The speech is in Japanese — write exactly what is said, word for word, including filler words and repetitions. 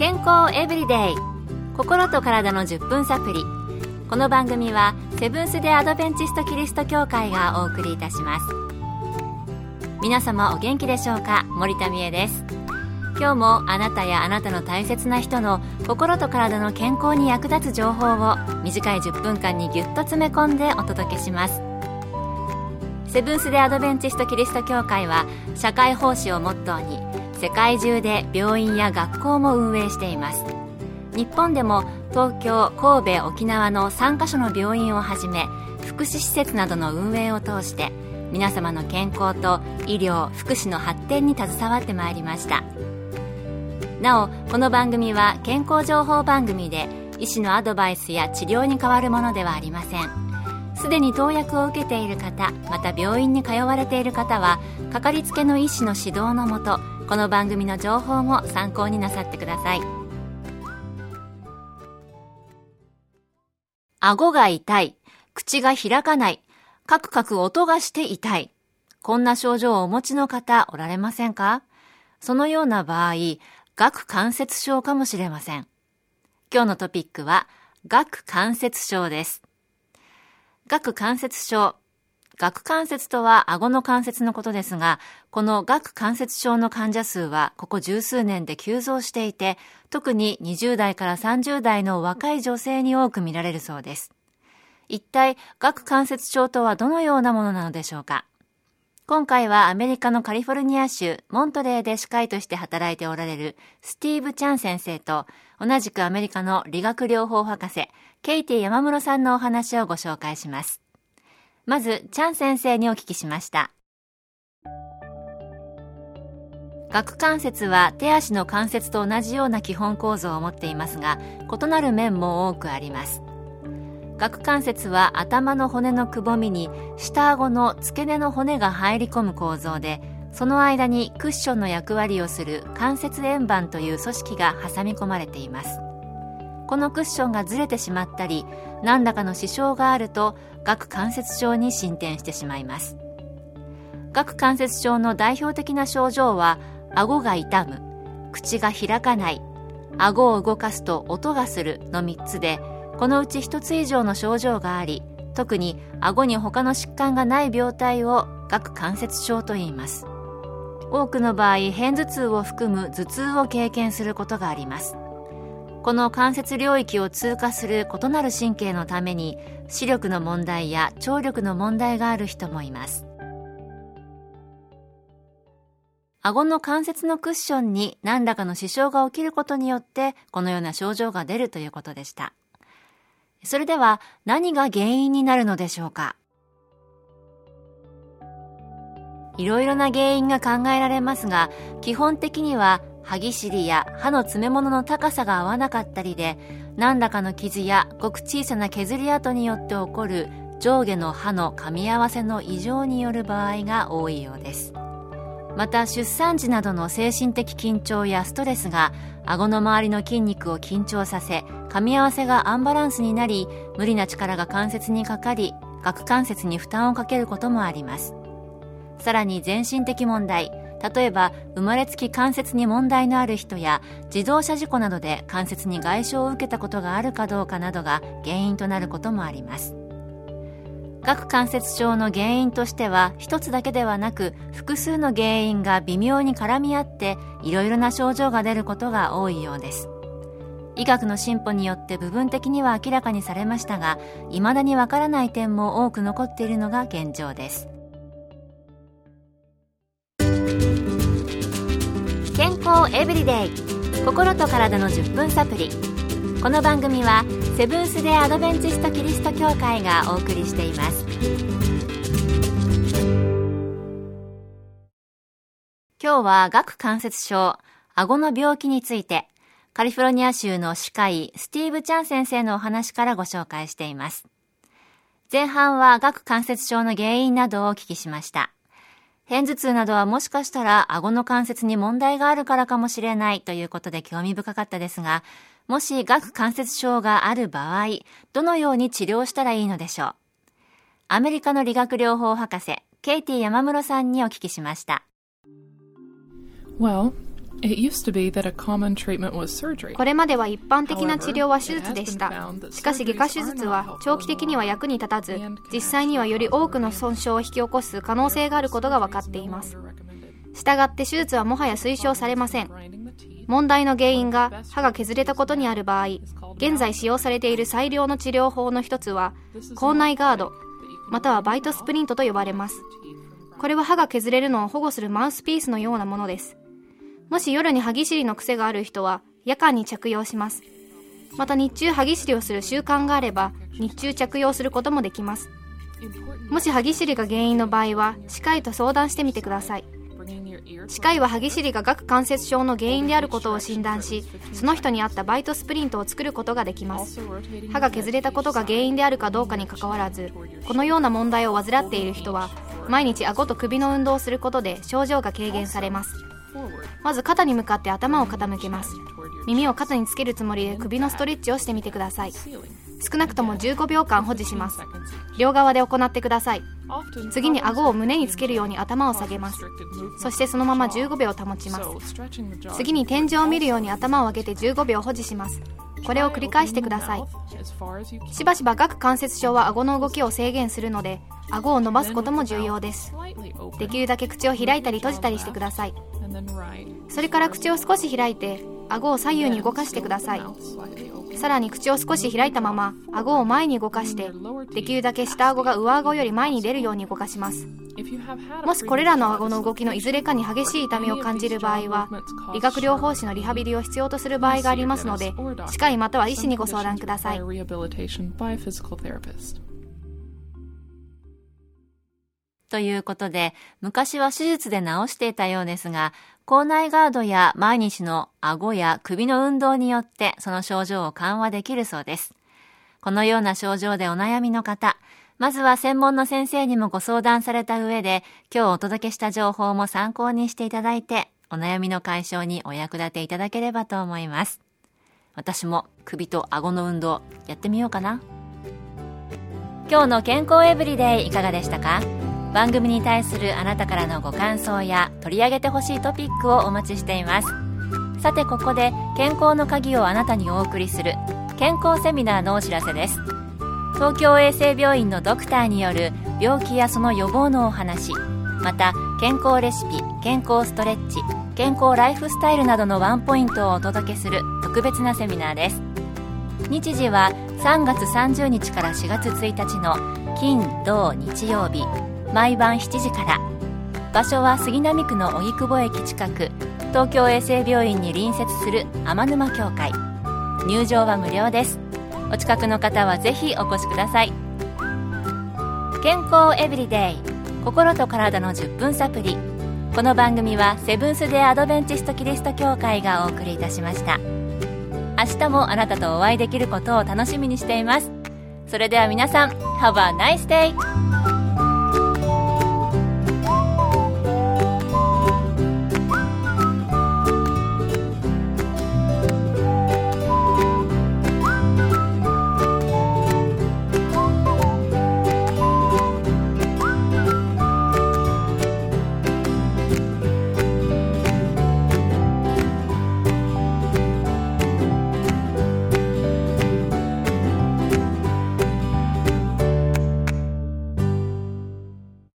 健康エブリデイ、心と体のじゅっぷんサプリ。この番組はセブンス・デ・アドベンチスト・キリスト教会がお送りいたします。皆様お元気でしょうか。森田美恵です。今日もあなたやあなたの大切な人の心と体の健康に役立つ情報を短いじゅっぷんかんにぎゅっと詰め込んでお届けします。セブンス・デ・アドベンチスト・キリスト教会は社会奉仕をモットーに世界中で病院や学校も運営しています。日本でも東京、神戸、沖縄のさんカ所の病院をはじめ福祉施設などの運営を通して皆様の健康と医療・福祉の発展に携わってまいりました。なお、この番組は健康情報番組で医師のアドバイスや治療に代わるものではありません。すでに投薬を受けている方、また病院に通われている方はかかりつけの医師の指導のもと、この番組の情報も参考になさってください。顎が痛い、口が開かない、カクカク音がして痛い。こんな症状をお持ちの方おられませんか？そのような場合、顎関節症かもしれません。今日のトピックは顎関節症です。顎関節症。顎関節とは顎の関節のことですが、この顎関節症の患者数はここ十数年で急増していて、特ににじゅう代からさんじゅう代の若い女性に多く見られるそうです。一体、顎関節症とはどのようなものなのでしょうか。今回はアメリカのカリフォルニア州モントレーで歯科医として働いておられるスティーブ・チャン先生と、同じくアメリカの理学療法博士ケイティ山室さんのお話をご紹介します。まずチャン先生にお聞きしました。顎関節は手足の関節と同じような基本構造を持っていますが、異なる面も多くあります。顎関節は頭の骨のくぼみに下顎の付け根の骨が入り込む構造で、その間にクッションの役割をする関節円盤という組織が挟み込まれています。このクッションがずれてしまったり、何らかの支障があると顎関節症に進展してしまいます。顎関節症の代表的な症状は、顎が痛む、口が開かない、顎を動かすと音がするのみっつで、このうちひとつ以上の症状があり、特に顎に他の疾患がない病態を顎関節症と言います。多くの場合、片頭痛を含む頭痛を経験することがあります。この関節領域を通過する異なる神経のために、視力の問題や聴力の問題がある人もいます。顎の関節のクッションに何らかの支障が起きることによって、このような症状が出るということでした。それでは何が原因になるのでしょうか。いろいろな原因が考えられますが、基本的には歯ぎしりや歯の詰め物の高さが合わなかったりで、何らかの傷やごく小さな削り跡によって起こる上下の歯の噛み合わせの異常による場合が多いようです。また出産時などの精神的緊張やストレスが顎の周りの筋肉を緊張させ、噛み合わせがアンバランスになり、無理な力が関節にかかり、顎関節に負担をかけることもあります。さらに全身的問題、例えば生まれつき関節に問題のある人や自動車事故などで関節に外傷を受けたことがあるかどうかなどが原因となることもあります。顎関節症の原因としては一つだけではなく、複数の原因が微妙に絡み合っていろいろな症状が出ることが多いようです。医学の進歩によって部分的には明らかにされましたが、未だにわからない点も多く残っているのが現状です。健康エブリデイ、心と体のじゅっぷんサプリ。この番組はセブンス・デ・アドベンチスト・キリスト教会がお送りしています。今日は顎関節症、顎の病気について、カリフォルニア州の歯科医スティーブ・チャン先生のお話からご紹介しています。前半は顎関節症の原因などをお聞きしました。片頭痛などはもしかしたら顎の関節に問題があるからかもしれないということで興味深かったですが、もし顎関節症がある場合、どのように治療したらいいのでしょう。アメリカの理学療法博士ケイティ山室さんにお聞きしました。 Well, これまでは一般的な治療は手術でした。しかし外科手術は長期的には役に立たず、実際にはより多くの損傷を引き起こす可能性があることが分かっています。したがって手術はもはや推奨されません。問題の原因が歯が削れたことにある場合、現在使用されている最良の治療法の一つは口内ガードまたはバイトスプリントと呼ばれます。これは歯が削れるのを保護するマウスピースのようなものです。もし夜に歯ぎしりの癖がある人は夜間に着用します。また日中歯ぎしりをする習慣があれば日中着用することもできます。もし歯ぎしりが原因の場合は歯科医と相談してみてください。歯科医は歯ぎしりが顎関節症の原因であることを診断し、その人に合ったバイトスプリントを作ることができます。歯が削れたことが原因であるかどうかにかかわらず、このような問題を患っている人は毎日顎と首の運動をすることで症状が軽減されます。まず肩に向かって頭を傾けます。耳を肩につけるつもりで首のストレッチをしてみてください。少なくともじゅうごびょうかん保持します。両側で行ってください。次に顎を胸につけるように頭を下げます。そしてそのままじゅうごびょう保ちます。次に天井を見るように頭を上げてじゅうごびょう保持します。これを繰り返してください。しばしば顎関節症は顎の動きを制限するので、顎を伸ばすことも重要です。できるだけ口を開いたり閉じたりしてください。それから口を少し開いて顎を左右に動かしてください。さらに口を少し開いたまま顎を前に動かして、できるだけ下顎が上顎より前に出るように動かします。もしこれらの顎の動きのいずれかに激しい痛みを感じる場合は、理学療法士のリハビリを必要とする場合がありますので、歯科医または医師にご相談ください。 ということで、昔は手術で治していたようですが、口内ガードや毎日の顎や首の運動によってその症状を緩和できるそうです。このような症状でお悩みの方、まずは専門の先生にもご相談された上で、今日お届けした情報も参考にしていただいて、お悩みの解消にお役立ていただければと思います。私も首と顎の運動やってみようかな。今日の健康エブリデイいかがでしたか？番組に対するあなたからのご感想や取り上げてほしいトピックをお待ちしています。さてここで健康の鍵をあなたにお送りする健康セミナーのお知らせです。東京衛生病院のドクターによる病気やその予防のお話、また健康レシピ、健康ストレッチ、健康ライフスタイルなどのワンポイントをお届けする特別なセミナーです。日時はさんがつさんじゅうにちからしがつついたちの金土日曜日、毎晩しちじから。場所は杉並区の荻窪駅近く、東京衛生病院に隣接する天沼協会。入場は無料です。お近くの方はぜひお越しください。健康エブリデイ、心と体のじゅっぷんサプリ。この番組はセブンス・デ・アドベンチスト・キリスト教会がお送りいたしました。明日もあなたとお会いできることを楽しみにしています。それでは皆さん、Have a nice day!